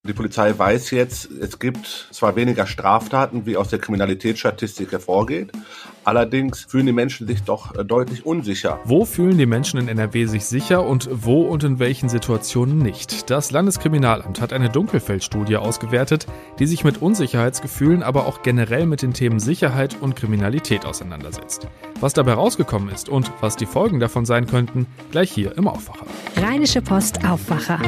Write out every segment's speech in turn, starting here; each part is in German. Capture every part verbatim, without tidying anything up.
Die Polizei weiß jetzt, es gibt zwar weniger Straftaten, wie aus der Kriminalitätsstatistik hervorgeht, allerdings fühlen die Menschen sich doch deutlich unsicher. Wo fühlen die Menschen in N R W sich sicher und wo und in welchen Situationen nicht? Das Landeskriminalamt hat eine Dunkelfeldstudie ausgewertet, die sich mit Unsicherheitsgefühlen, aber auch generell mit den Themen Sicherheit und Kriminalität auseinandersetzt. Was dabei rausgekommen ist und was die Folgen davon sein könnten, gleich hier im Aufwacher. Rheinische Post Aufwacher.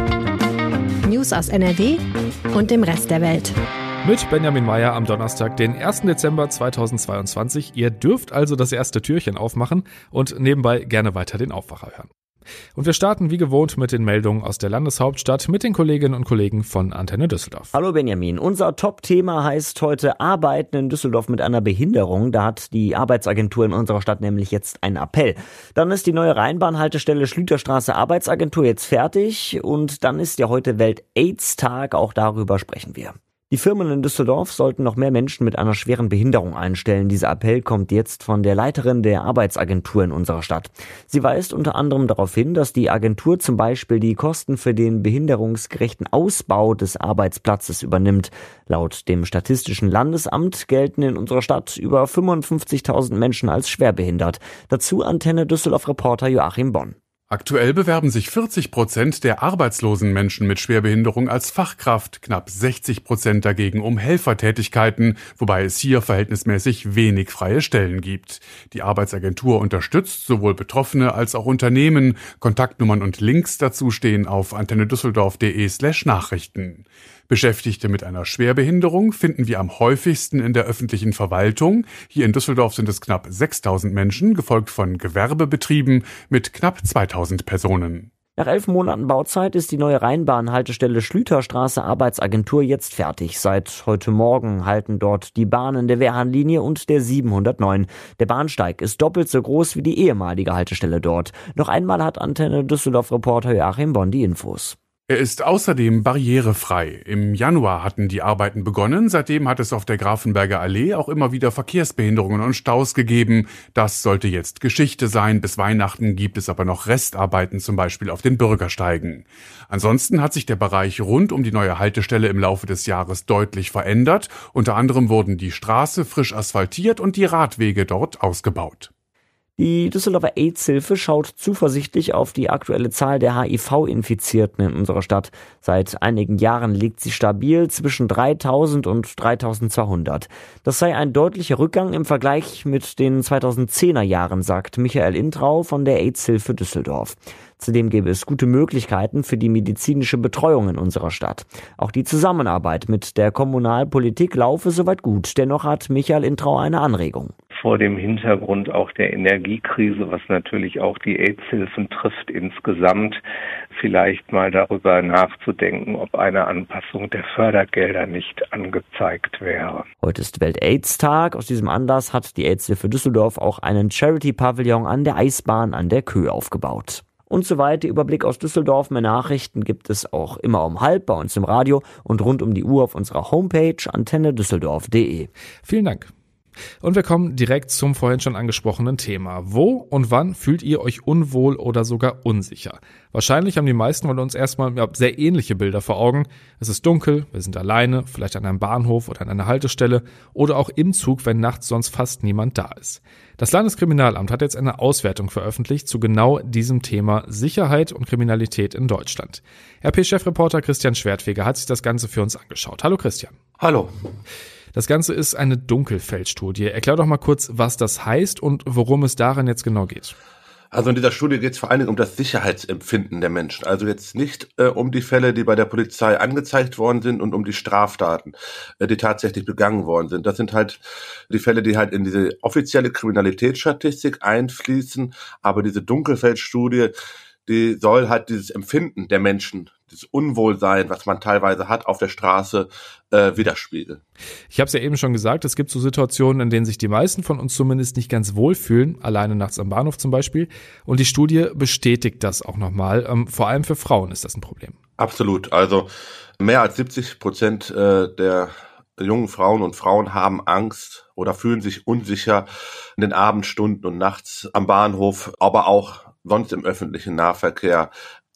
News aus N R W und dem Rest der Welt. Mit Benjamin Meyer am Donnerstag, den ersten Dezember zweitausendzweiundzwanzig. Ihr dürft also das erste Türchen aufmachen und nebenbei gerne weiter den Aufwacher hören. Und wir starten wie gewohnt mit den Meldungen aus der Landeshauptstadt mit den Kolleginnen und Kollegen von Antenne Düsseldorf. Hallo Benjamin, unser Top-Thema heißt heute Arbeiten in Düsseldorf mit einer Behinderung. Da hat die Arbeitsagentur in unserer Stadt nämlich jetzt einen Appell. Dann ist die neue Rheinbahnhaltestelle Schlüterstraße Arbeitsagentur jetzt fertig und dann ist ja heute Welt-AIDS-Tag, auch darüber sprechen wir. Die Firmen in Düsseldorf sollten noch mehr Menschen mit einer schweren Behinderung einstellen. Dieser Appell kommt jetzt von der Leiterin der Arbeitsagentur in unserer Stadt. Sie weist unter anderem darauf hin, dass die Agentur zum Beispiel die Kosten für den behinderungsgerechten Ausbau des Arbeitsplatzes übernimmt. Laut dem Statistischen Landesamt gelten in unserer Stadt über fünfundfünfzigtausend Menschen als schwerbehindert. Dazu Antenne Düsseldorf-Reporter Joachim Bonn. Aktuell bewerben sich vierzig Prozent der arbeitslosen Menschen mit Schwerbehinderung als Fachkraft, knapp sechzig Prozent dagegen um Helfertätigkeiten, wobei es hier verhältnismäßig wenig freie Stellen gibt. Die Arbeitsagentur unterstützt sowohl Betroffene als auch Unternehmen. Kontaktnummern und Links dazu stehen auf antennedüsseldorf.de slash Nachrichten. Beschäftigte mit einer Schwerbehinderung finden wir am häufigsten in der öffentlichen Verwaltung. Hier in Düsseldorf sind es knapp sechstausend Menschen, gefolgt von Gewerbebetrieben mit knapp zweitausend Personen. Nach elf Monaten Bauzeit ist die neue Rheinbahnhaltestelle Schlüterstraße Arbeitsagentur jetzt fertig. Seit heute Morgen halten dort die Bahnen der Wehrhahnlinie und der siebenhundertneun. Der Bahnsteig ist doppelt so groß wie die ehemalige Haltestelle dort. Noch einmal hat Antenne Düsseldorf-Reporter Joachim Bonn die Infos. Er ist außerdem barrierefrei. Im Januar hatten die Arbeiten begonnen. Seitdem hat es auf der Grafenberger Allee auch immer wieder Verkehrsbehinderungen und Staus gegeben. Das sollte jetzt Geschichte sein. Bis Weihnachten gibt es aber noch Restarbeiten, zum Beispiel auf den Bürgersteigen. Ansonsten hat sich der Bereich rund um die neue Haltestelle im Laufe des Jahres deutlich verändert. Unter anderem wurden die Straße frisch asphaltiert und die Radwege dort ausgebaut. Die Düsseldorfer AIDS-Hilfe schaut zuversichtlich auf die aktuelle Zahl der H I V-Infizierten in unserer Stadt. Seit einigen Jahren liegt sie stabil zwischen dreitausend und dreitausendzweihundert. Das sei ein deutlicher Rückgang im Vergleich mit den zweitausendzehner Jahren, sagt Michael Intrau von der AIDS-Hilfe Düsseldorf. Zudem gäbe es gute Möglichkeiten für die medizinische Betreuung in unserer Stadt. Auch die Zusammenarbeit mit der Kommunalpolitik laufe soweit gut. Dennoch hat Michael Intrau eine Anregung. Vor dem Hintergrund auch der Energiekrise, was natürlich auch die AIDS-Hilfen trifft insgesamt, vielleicht mal darüber nachzudenken, ob eine Anpassung der Fördergelder nicht angezeigt wäre. Heute ist Welt-AIDS-Tag. Aus diesem Anlass hat die AIDS-Hilfe Düsseldorf auch einen Charity-Pavillon an der Eisbahn an der Köh aufgebaut. Und so weiter. Überblick aus Düsseldorf. Mehr Nachrichten gibt es auch immer um halb bei uns im Radio und rund um die Uhr auf unserer Homepage antenne düsseldorf punkt de. Vielen Dank. Und wir kommen direkt zum vorhin schon angesprochenen Thema. Wo und wann fühlt ihr euch unwohl oder sogar unsicher? Wahrscheinlich haben die meisten von uns erstmal ja, sehr ähnliche Bilder vor Augen. Es ist dunkel, wir sind alleine, vielleicht an einem Bahnhof oder an einer Haltestelle oder auch im Zug, wenn nachts sonst fast niemand da ist. Das Landeskriminalamt hat jetzt eine Auswertung veröffentlicht zu genau diesem Thema Sicherheit und Kriminalität in Deutschland. R P-Chefreporter Christian Schwertfeger hat sich das Ganze für uns angeschaut. Hallo Christian. Hallo. Das Ganze ist eine Dunkelfeldstudie. Erklär doch mal kurz, was das heißt und worum es darin jetzt genau geht. Also in dieser Studie geht es vor allen Dingen um das Sicherheitsempfinden der Menschen. Also jetzt nicht äh, um die Fälle, die bei der Polizei angezeigt worden sind und um die Straftaten, äh, die tatsächlich begangen worden sind. Das sind halt die Fälle, die halt in diese offizielle Kriminalitätsstatistik einfließen. Aber diese Dunkelfeldstudie, die soll halt dieses Empfinden der Menschen, dieses Unwohlsein, was man teilweise hat auf der Straße, äh, widerspiegeln. Ich habe es ja eben schon gesagt, es gibt so Situationen, in denen sich die meisten von uns zumindest nicht ganz wohlfühlen, alleine nachts am Bahnhof zum Beispiel. Und die Studie bestätigt das auch nochmal. Ähm, vor allem für Frauen ist das ein Problem. Absolut. Also mehr als siebzig Prozent äh, der jungen Frauen und Frauen haben Angst oder fühlen sich unsicher in den Abendstunden und nachts am Bahnhof, aber auch sonst im öffentlichen Nahverkehr.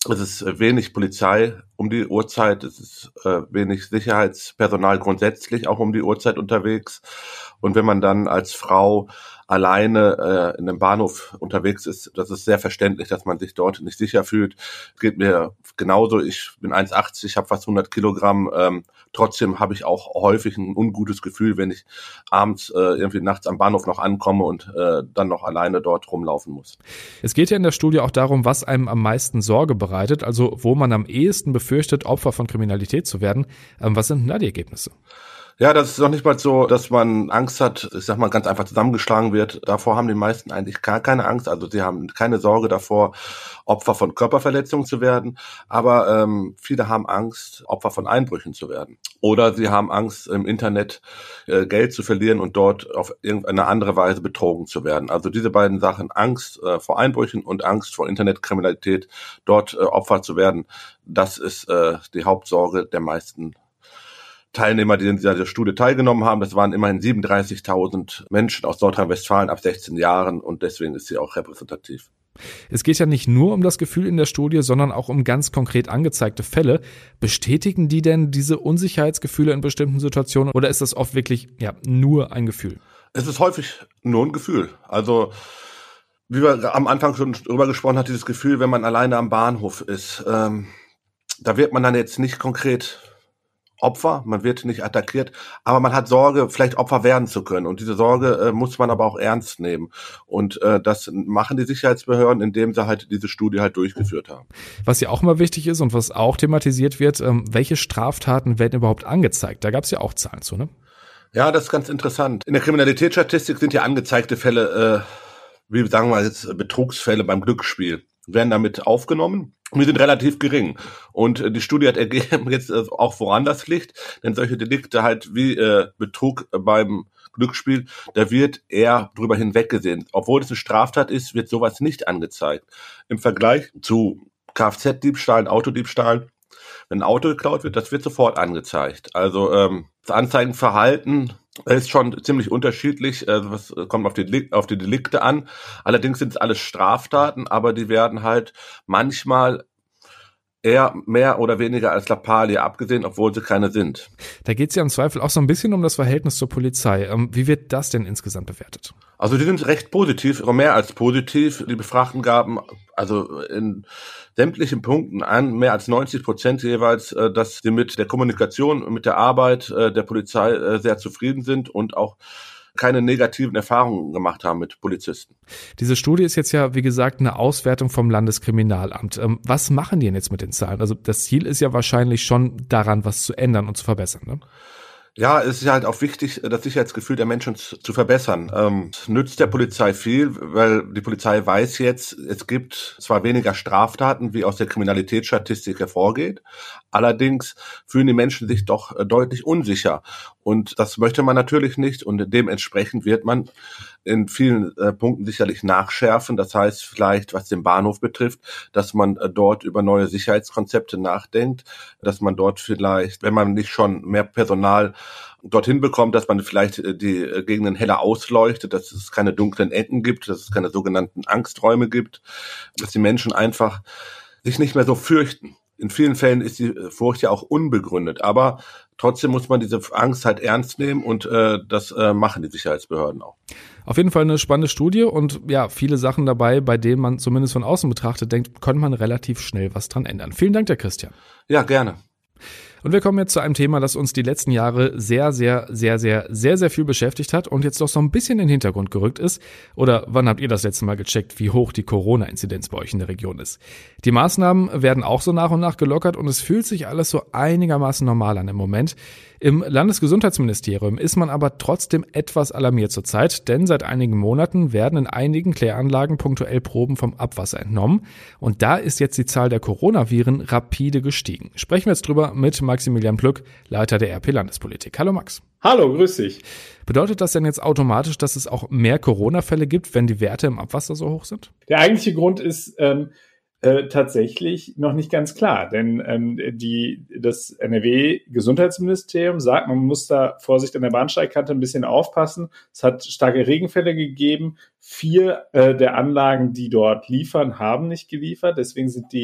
Es ist wenig Polizei um die Uhrzeit, es ist äh, wenig Sicherheitspersonal grundsätzlich auch um die Uhrzeit unterwegs. Und wenn man dann als Frau alleine äh, in einem Bahnhof unterwegs ist, das ist sehr verständlich, dass man sich dort nicht sicher fühlt. Geht mir genauso, ich bin eins Komma achtzig, habe fast hundert Kilogramm, ähm, trotzdem habe ich auch häufig ein ungutes Gefühl, wenn ich abends äh, irgendwie nachts am Bahnhof noch ankomme und äh, dann noch alleine dort rumlaufen muss. Es geht ja in der Studie auch darum, was einem am meisten Sorge bereitet, also wo man am ehesten befürchtet, Opfer von Kriminalität zu werden. Ähm, was sind denn da die Ergebnisse? Ja, das ist doch nicht mal so, dass man Angst hat, ich sag mal, ganz einfach zusammengeschlagen wird. Davor haben die meisten eigentlich gar keine Angst. Also sie haben keine Sorge davor, Opfer von Körperverletzungen zu werden. Aber ähm, viele haben Angst, Opfer von Einbrüchen zu werden. Oder sie haben Angst, im Internet äh, Geld zu verlieren und dort auf irgendeine andere Weise betrogen zu werden. Also diese beiden Sachen, Angst äh, vor Einbrüchen und Angst vor Internetkriminalität, dort äh, Opfer zu werden, das ist äh, die Hauptsorge der meisten Teilnehmer, die in dieser Studie teilgenommen haben. Das waren immerhin siebenunddreißigtausend Menschen aus Nordrhein-Westfalen ab sechzehn Jahren und deswegen ist sie auch repräsentativ. Es geht ja nicht nur um das Gefühl in der Studie, sondern auch um ganz konkret angezeigte Fälle. Bestätigen die denn diese Unsicherheitsgefühle in bestimmten Situationen oder ist das oft wirklich ja nur ein Gefühl? Es ist häufig nur ein Gefühl. Also wie wir am Anfang schon drüber gesprochen haben, dieses Gefühl, wenn man alleine am Bahnhof ist, ähm, da wird man dann jetzt nicht konkret Opfer, man wird nicht attackiert, aber man hat Sorge, vielleicht Opfer werden zu können. Und diese Sorge äh, muss man aber auch ernst nehmen. Und äh, das machen die Sicherheitsbehörden, indem sie halt diese Studie halt durchgeführt haben. Was ja auch immer wichtig ist und was auch thematisiert wird, ähm, welche Straftaten werden überhaupt angezeigt? Da gab es ja auch Zahlen zu, ne? Ja, das ist ganz interessant. In der Kriminalitätsstatistik sind ja angezeigte Fälle, äh, wie sagen wir jetzt, Betrugsfälle beim Glücksspiel, werden damit aufgenommen. Und die sind relativ gering. Und äh, die Studie hat ergeben, jetzt äh, auch woran das liegt, denn solche Delikte halt wie äh, Betrug äh, beim Glücksspiel, da wird eher drüber hinweggesehen. Obwohl es eine Straftat ist, wird sowas nicht angezeigt. Im Vergleich zu Kfz-Diebstahlen, Autodiebstahlen, wenn ein Auto geklaut wird, das wird sofort angezeigt. Also ähm, das Anzeigenverhalten ist schon ziemlich unterschiedlich. Also was kommt auf die, auf die Delikte an. Allerdings sind es alles Straftaten, aber die werden halt manchmal eher mehr oder weniger als Lappalie abgesehen, obwohl sie keine sind. Da geht es ja im Zweifel auch so ein bisschen um das Verhältnis zur Polizei. Wie wird das denn insgesamt bewertet? Also die sind recht positiv, oder mehr als positiv. Die Befragten gaben also in sämtlichen Punkten an, mehr als neunzig Prozent jeweils, dass sie mit der Kommunikation, mit der Arbeit der Polizei sehr zufrieden sind und auch keine negativen Erfahrungen gemacht haben mit Polizisten. Diese Studie ist jetzt ja, wie gesagt, eine Auswertung vom Landeskriminalamt. Was machen die denn jetzt mit den Zahlen? Also das Ziel ist ja wahrscheinlich schon daran, was zu ändern und zu verbessern, ne? Ja, es ist halt auch wichtig, das Sicherheitsgefühl der Menschen zu, zu verbessern. Ähm, es nützt der Polizei viel, weil die Polizei weiß jetzt, es gibt zwar weniger Straftaten, wie aus der Kriminalitätsstatistik hervorgeht, allerdings fühlen die Menschen sich doch äh, deutlich unsicher. Und das möchte man natürlich nicht und dementsprechend wird man in vielen äh, Punkten sicherlich nachschärfen. Das heißt vielleicht, was den Bahnhof betrifft, dass man äh, dort über neue Sicherheitskonzepte nachdenkt, dass man dort vielleicht, wenn man nicht schon mehr Personal dorthin bekommt, dass man vielleicht äh, die äh, Gegenden heller ausleuchtet, dass es keine dunklen Ecken gibt, dass es keine sogenannten Angsträume gibt, dass die Menschen einfach sich nicht mehr so fürchten. In vielen Fällen ist die Furcht ja auch unbegründet, aber trotzdem muss man diese Angst halt ernst nehmen und äh, das äh, machen die Sicherheitsbehörden auch. Auf jeden Fall eine spannende Studie und ja, viele Sachen dabei, bei denen man zumindest von außen betrachtet denkt, könnte man relativ schnell was dran ändern. Vielen Dank, der Christian. Ja, gerne. Und wir kommen jetzt zu einem Thema, das uns die letzten Jahre sehr, sehr, sehr, sehr, sehr, sehr viel beschäftigt hat und jetzt doch so ein bisschen in den Hintergrund gerückt ist. Oder wann habt ihr das letzte Mal gecheckt, wie hoch die Corona-Inzidenz bei euch in der Region ist? Die Maßnahmen werden auch so nach und nach gelockert und es fühlt sich alles so einigermaßen normal an im Moment. Im Landesgesundheitsministerium ist man aber trotzdem etwas alarmiert zurzeit, denn seit einigen Monaten werden in einigen Kläranlagen punktuell Proben vom Abwasser entnommen und da ist jetzt die Zahl der Coronaviren rapide gestiegen. Sprechen wir jetzt drüber mit Maximilian Plück, Leiter der R P Landespolitik. Hallo Max. Hallo, grüß dich. Bedeutet das denn jetzt automatisch, dass es auch mehr Corona-Fälle gibt, wenn die Werte im Abwasser so hoch sind? Der eigentliche Grund ist ähm, äh, tatsächlich noch nicht ganz klar, denn ähm, die, das N R W-Gesundheitsministerium sagt, man muss da Vorsicht an der Bahnsteigkante ein bisschen aufpassen. Es hat starke Regenfälle gegeben. Vier äh, der Anlagen, die dort liefern, haben nicht geliefert. Deswegen sind die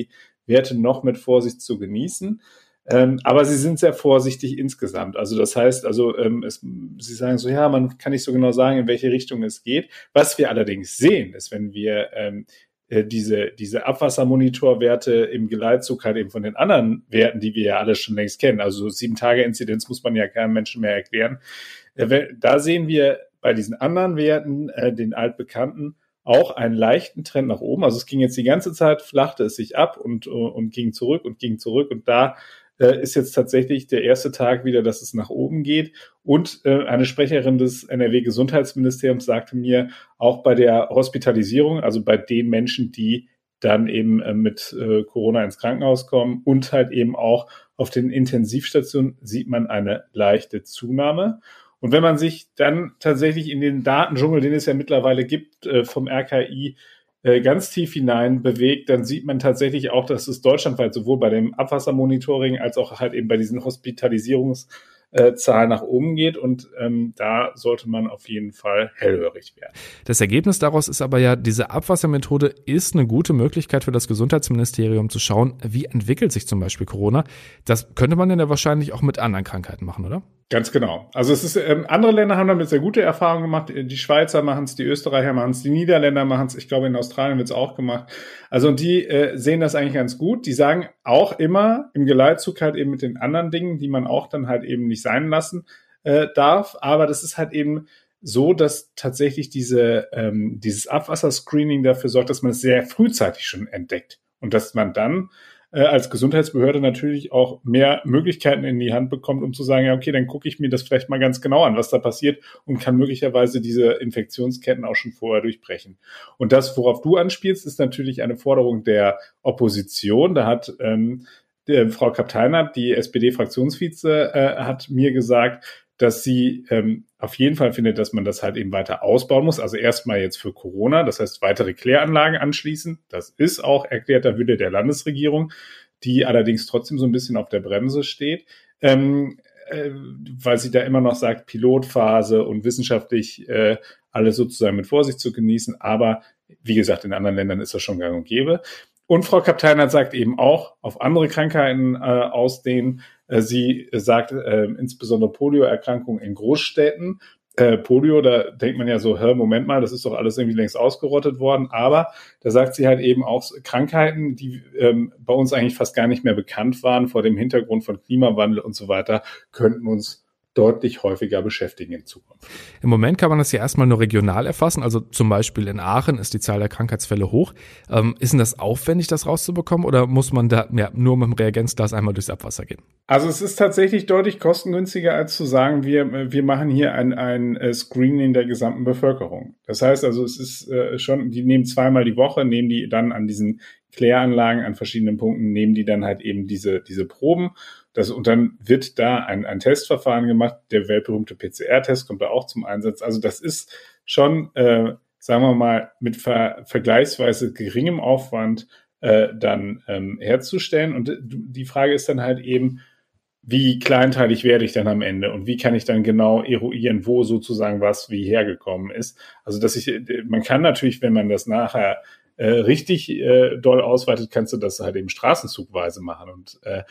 Werte noch mit Vorsicht zu genießen. Ähm, aber sie sind sehr vorsichtig insgesamt. Also das heißt, also ähm, es, sie sagen so, ja, man kann nicht so genau sagen, in welche Richtung es geht. Was wir allerdings sehen, ist, wenn wir ähm, äh, diese diese Abwassermonitorwerte im Geleitzug halt eben von den anderen Werten, die wir ja alle schon längst kennen, also Sieben-Tage-Inzidenz muss man ja keinem Menschen mehr erklären. Äh, da sehen wir bei diesen anderen Werten, äh, den altbekannten, auch einen leichten Trend nach oben. Also es ging jetzt die ganze Zeit, flachte es sich ab und, und ging zurück und ging zurück. Und da äh, ist jetzt tatsächlich der erste Tag wieder, dass es nach oben geht. Und äh, eine Sprecherin des N R W-Gesundheitsministeriums sagte mir, auch bei der Hospitalisierung, also bei den Menschen, die dann eben äh, mit äh, Corona ins Krankenhaus kommen und halt eben auch auf den Intensivstationen, sieht man eine leichte Zunahme. Und wenn man sich dann tatsächlich in den Datendschungel, den es ja mittlerweile gibt, vom R K I ganz tief hinein bewegt, dann sieht man tatsächlich auch, dass es deutschlandweit sowohl bei dem Abwassermonitoring als auch halt eben bei diesen Hospitalisierungszahlen nach oben geht. Und ähm, da sollte man auf jeden Fall hellhörig werden. Das Ergebnis daraus ist aber ja, diese Abwassermethode ist eine gute Möglichkeit für das Gesundheitsministerium zu schauen, wie entwickelt sich zum Beispiel Corona. Das könnte man dann ja wahrscheinlich auch mit anderen Krankheiten machen, oder? Ganz genau. Also es ist, ähm, andere Länder haben damit sehr gute Erfahrungen gemacht. Die Schweizer machen es, die Österreicher machen es, die Niederländer machen es. Ich glaube, in Australien wird es auch gemacht. Also und die äh, sehen das eigentlich ganz gut. Die sagen auch immer im Geleitzug halt eben mit den anderen Dingen, die man auch dann halt eben nicht sein lassen äh, darf. Aber das ist halt eben so, dass tatsächlich diese ähm, dieses Abwasserscreening dafür sorgt, dass man es sehr frühzeitig schon entdeckt und dass man dann als Gesundheitsbehörde natürlich auch mehr Möglichkeiten in die Hand bekommt, um zu sagen, ja, okay, dann gucke ich mir das vielleicht mal ganz genau an, was da passiert und kann möglicherweise diese Infektionsketten auch schon vorher durchbrechen. Und das, worauf du anspielst, ist natürlich eine Forderung der Opposition. Da hat ähm, der, Frau Kapteinert, die S P D-Fraktionsvize, äh, hat mir gesagt, dass sie ähm, auf jeden Fall findet, dass man das halt eben weiter ausbauen muss. Also erstmal jetzt für Corona, das heißt weitere Kläranlagen anschließen. Das ist auch erklärter Wille der Landesregierung, die allerdings trotzdem so ein bisschen auf der Bremse steht, ähm, äh, weil sie da immer noch sagt, Pilotphase und wissenschaftlich äh, alles sozusagen mit Vorsicht zu genießen. Aber wie gesagt, in anderen Ländern ist das schon gang und gäbe. Und Frau Kapteinert sagt eben auch, auf andere Krankheiten äh, ausdehnen. Äh, sie sagt äh, insbesondere Polioerkrankungen in Großstädten. Äh, Polio, da denkt man ja so, hör, Moment mal, das ist doch alles irgendwie längst ausgerottet worden. Aber da sagt sie halt eben auch Krankheiten, die ähm, bei uns eigentlich fast gar nicht mehr bekannt waren, vor dem Hintergrund von Klimawandel und so weiter, könnten uns deutlich häufiger beschäftigen in Zukunft. Im Moment kann man das ja erstmal nur regional erfassen, also zum Beispiel in Aachen ist die Zahl der Krankheitsfälle hoch. Ähm, ist denn das aufwendig, das rauszubekommen, oder muss man da ja, nur mit dem Reagenzglas einmal durchs Abwasser gehen? Also es ist tatsächlich deutlich kostengünstiger, als zu sagen, wir, wir machen hier ein, ein Screening der gesamten Bevölkerung. Das heißt also, es ist äh, schon, die nehmen zweimal die Woche, nehmen die dann an diesen Kläranlagen an verschiedenen Punkten, nehmen die dann halt eben diese, diese Proben. Das, und dann wird da ein, ein Testverfahren gemacht. Der weltberühmte P C R-Test kommt da auch zum Einsatz. Also das ist schon, äh, sagen wir mal, mit ver, vergleichsweise geringem Aufwand äh, dann ähm, herzustellen. Und die Frage ist dann halt eben, wie kleinteilig werde ich dann am Ende und wie kann ich dann genau eruieren, wo sozusagen was wie hergekommen ist. Also dass ich, man kann natürlich, wenn man das nachher äh, richtig äh, doll ausweitet, kannst du das halt eben straßenzugweise machen. Und äh,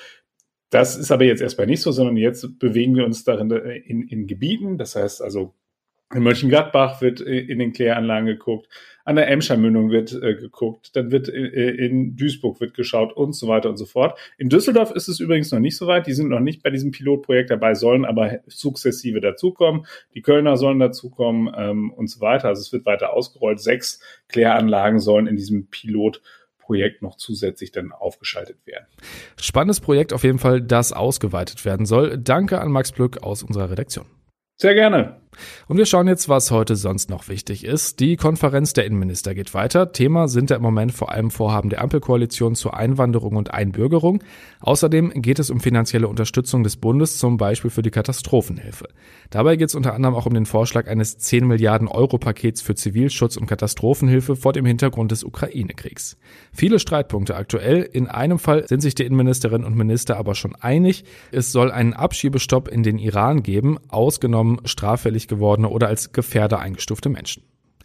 das ist aber jetzt erstmal nicht so, sondern jetzt bewegen wir uns darin in, in Gebieten. Das heißt also, in Mönchengladbach wird in den Kläranlagen geguckt, an der Emscher Mündung wird äh, geguckt, dann wird äh, in Duisburg wird geschaut und so weiter und so fort. In Düsseldorf ist es übrigens noch nicht so weit. Die sind noch nicht bei diesem Pilotprojekt dabei, sollen aber sukzessive dazukommen. Die Kölner sollen dazukommen ähm, und so weiter. Also es wird weiter ausgerollt. Sechs Kläranlagen sollen in diesem Pilotprojekt Projekt noch zusätzlich dann aufgeschaltet werden. Spannendes Projekt auf jeden Fall, das ausgeweitet werden soll. Danke an Max Plück aus unserer Redaktion. Sehr gerne. Und wir schauen jetzt, was heute sonst noch wichtig ist. Die Konferenz der Innenminister geht weiter. Thema sind ja im Moment vor allem Vorhaben der Ampelkoalition zur Einwanderung und Einbürgerung. Außerdem geht es um finanzielle Unterstützung des Bundes, zum Beispiel für die Katastrophenhilfe. Dabei geht es unter anderem auch um den Vorschlag eines zehn Milliarden Euro Pakets für Zivilschutz und Katastrophenhilfe vor dem Hintergrund des Ukraine-Kriegs. Viele Streitpunkte aktuell. In einem Fall sind sich die Innenministerinnen und Minister aber schon einig. Es soll einen Abschiebestopp in den Iran geben, ausgenommen straffällig gewordene oder als Gefährder eingestufte Menschen.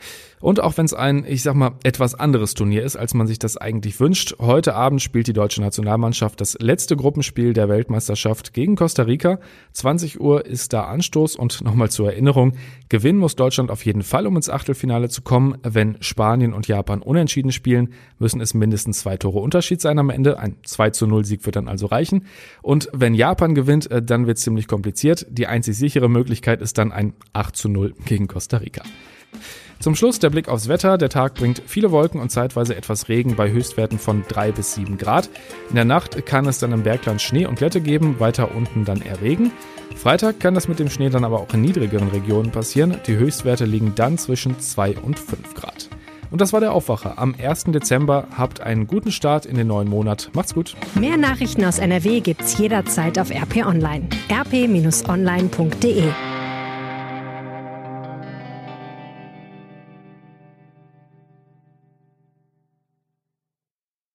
Und auch wenn es ein, ich sag mal, etwas anderes Turnier ist, als man sich das eigentlich wünscht, heute Abend spielt die deutsche Nationalmannschaft das letzte Gruppenspiel der Weltmeisterschaft gegen Costa Rica. zwanzig Uhr ist da Anstoß und nochmal zur Erinnerung, gewinnen muss Deutschland auf jeden Fall, um ins Achtelfinale zu kommen. Wenn Spanien und Japan unentschieden spielen, müssen es mindestens zwei Tore Unterschied sein am Ende. Ein zwei zu null Sieg wird dann also reichen. Und wenn Japan gewinnt, dann wird es ziemlich kompliziert. Die einzig sichere Möglichkeit ist dann ein acht zu null gegen Costa Rica. Zum Schluss der Blick aufs Wetter. Der Tag bringt viele Wolken und zeitweise etwas Regen bei Höchstwerten von drei bis sieben Grad. In der Nacht kann es dann im Bergland Schnee und Glätte geben, weiter unten dann eher Regen. Freitag kann das mit dem Schnee dann aber auch in niedrigeren Regionen passieren. Die Höchstwerte liegen dann zwischen zwei und fünf Grad. Und das war der Aufwacher am ersten Dezember. Habt einen guten Start in den neuen Monat. Macht's gut. Mehr Nachrichten aus N R W gibt's jederzeit auf R P Online. r p Bindestrich online punkt d e